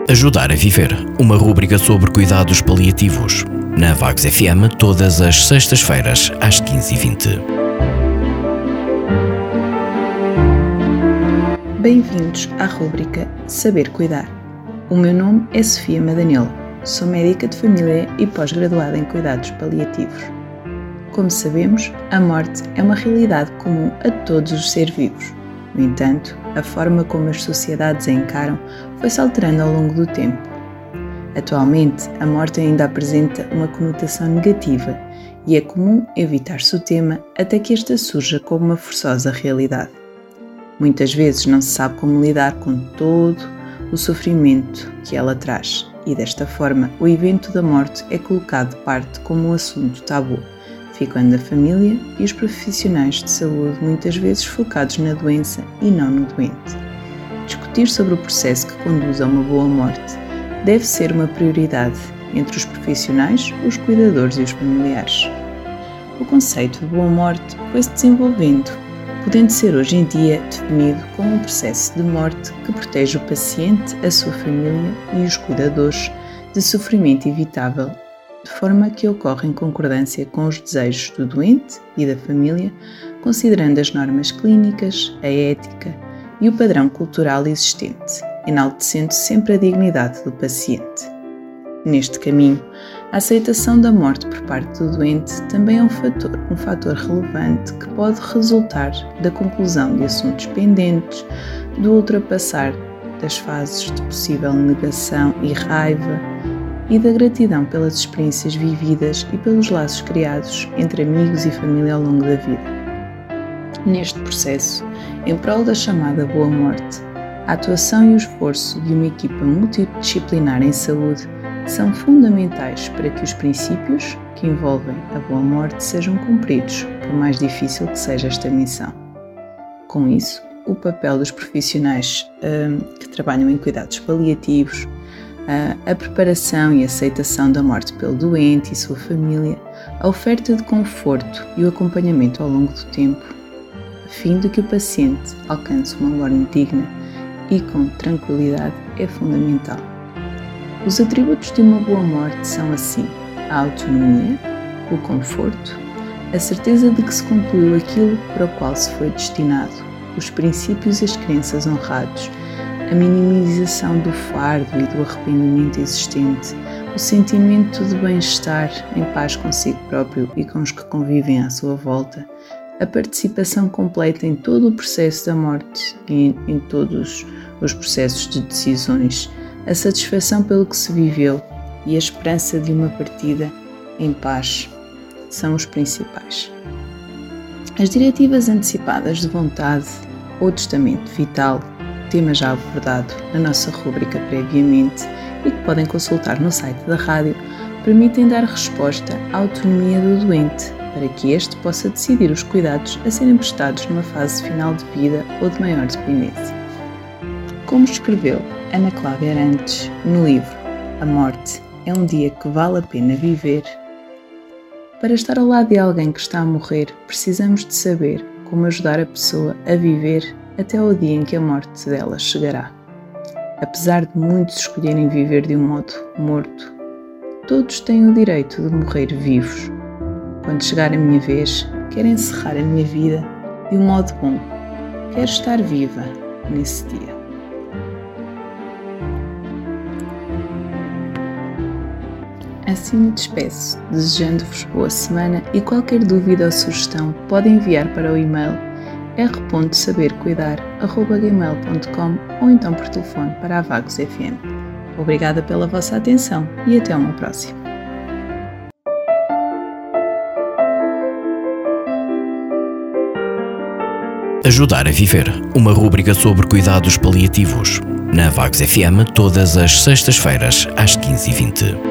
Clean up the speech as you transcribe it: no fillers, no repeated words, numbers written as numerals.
Ajudar a Viver, uma rúbrica sobre cuidados paliativos. Na Vagos FM, todas as sextas-feiras, às 15h20. Bem-vindos à rúbrica Saber Cuidar. O meu nome é Sofia Madanilo, sou médica de família e pós-graduada em cuidados paliativos. Como sabemos, a morte é uma realidade comum a todos os seres vivos. No entanto, a forma como as sociedades a encaram foi-se alterando ao longo do tempo. Atualmente, a morte ainda apresenta uma conotação negativa e é comum evitar-se o tema até que esta surja como uma forçosa realidade. Muitas vezes não se sabe como lidar com todo o sofrimento que ela traz e, desta forma, o evento da morte é colocado de parte como um assunto tabu, ficando a família e os profissionais de saúde muitas vezes focados na doença e não no doente. Discutir sobre o processo que conduz a uma boa morte deve ser uma prioridade entre os profissionais, os cuidadores e os familiares. O conceito de boa morte foi-se desenvolvendo, podendo ser hoje em dia definido como um processo de morte que protege o paciente, a sua família e os cuidadores de sofrimento evitável, de forma que ocorre em concordância com os desejos do doente e da família, considerando as normas clínicas, a ética e o padrão cultural existente, enaltecendo sempre a dignidade do paciente. Neste caminho, a aceitação da morte por parte do doente também é um fator relevante que pode resultar da conclusão de assuntos pendentes, do ultrapassar das fases de possível negação e raiva, e da gratidão pelas experiências vividas e pelos laços criados entre amigos e família ao longo da vida. Neste processo, em prol da chamada boa morte, a atuação e o esforço de uma equipa multidisciplinar em saúde são fundamentais para que os princípios que envolvem a boa morte sejam cumpridos, por mais difícil que seja esta missão. Com isso, o papel dos profissionais que trabalham em cuidados paliativos, a preparação e aceitação da morte pelo doente e sua família, a oferta de conforto e o acompanhamento ao longo do tempo, a fim de que o paciente alcance uma morte digna e com tranquilidade, é fundamental. Os atributos de uma boa morte são assim: a autonomia, o conforto, a certeza de que se concluiu aquilo para o qual se foi destinado, os princípios e as crenças honrados, a minimização do fardo e do arrependimento existente, o sentimento de bem-estar em paz consigo próprio e com os que convivem à sua volta, a participação completa em todo o processo da morte e em todos os processos de decisões, a satisfação pelo que se viveu e a esperança de uma partida em paz são os principais. As diretivas antecipadas de vontade ou testamento vital, tema já abordado na nossa rúbrica previamente e que podem consultar no site da rádio, permitem dar resposta à autonomia do doente para que este possa decidir os cuidados a serem prestados numa fase final de vida ou de maior dependência. Como escreveu Ana Cláudia Arantes no livro A Morte é um dia que vale a pena viver, para estar ao lado de alguém que está a morrer, precisamos de saber como ajudar a pessoa a viver até ao dia em que a morte dela chegará. Apesar de muitos escolherem viver de um modo morto, todos têm o direito de morrer vivos. Quando chegar a minha vez, quero encerrar a minha vida de um modo bom. Quero estar viva nesse dia. Assim me despeço, desejando-vos boa semana e qualquer dúvida ou sugestão podem enviar para o e-mail r.sabercuidar@gmail.com ou então por telefone para a Vagos FM. Obrigada pela vossa atenção e até uma próxima. Ajudar a Viver, uma rúbrica sobre cuidados paliativos. Na Vagos FM, todas as sextas-feiras, às 15h20.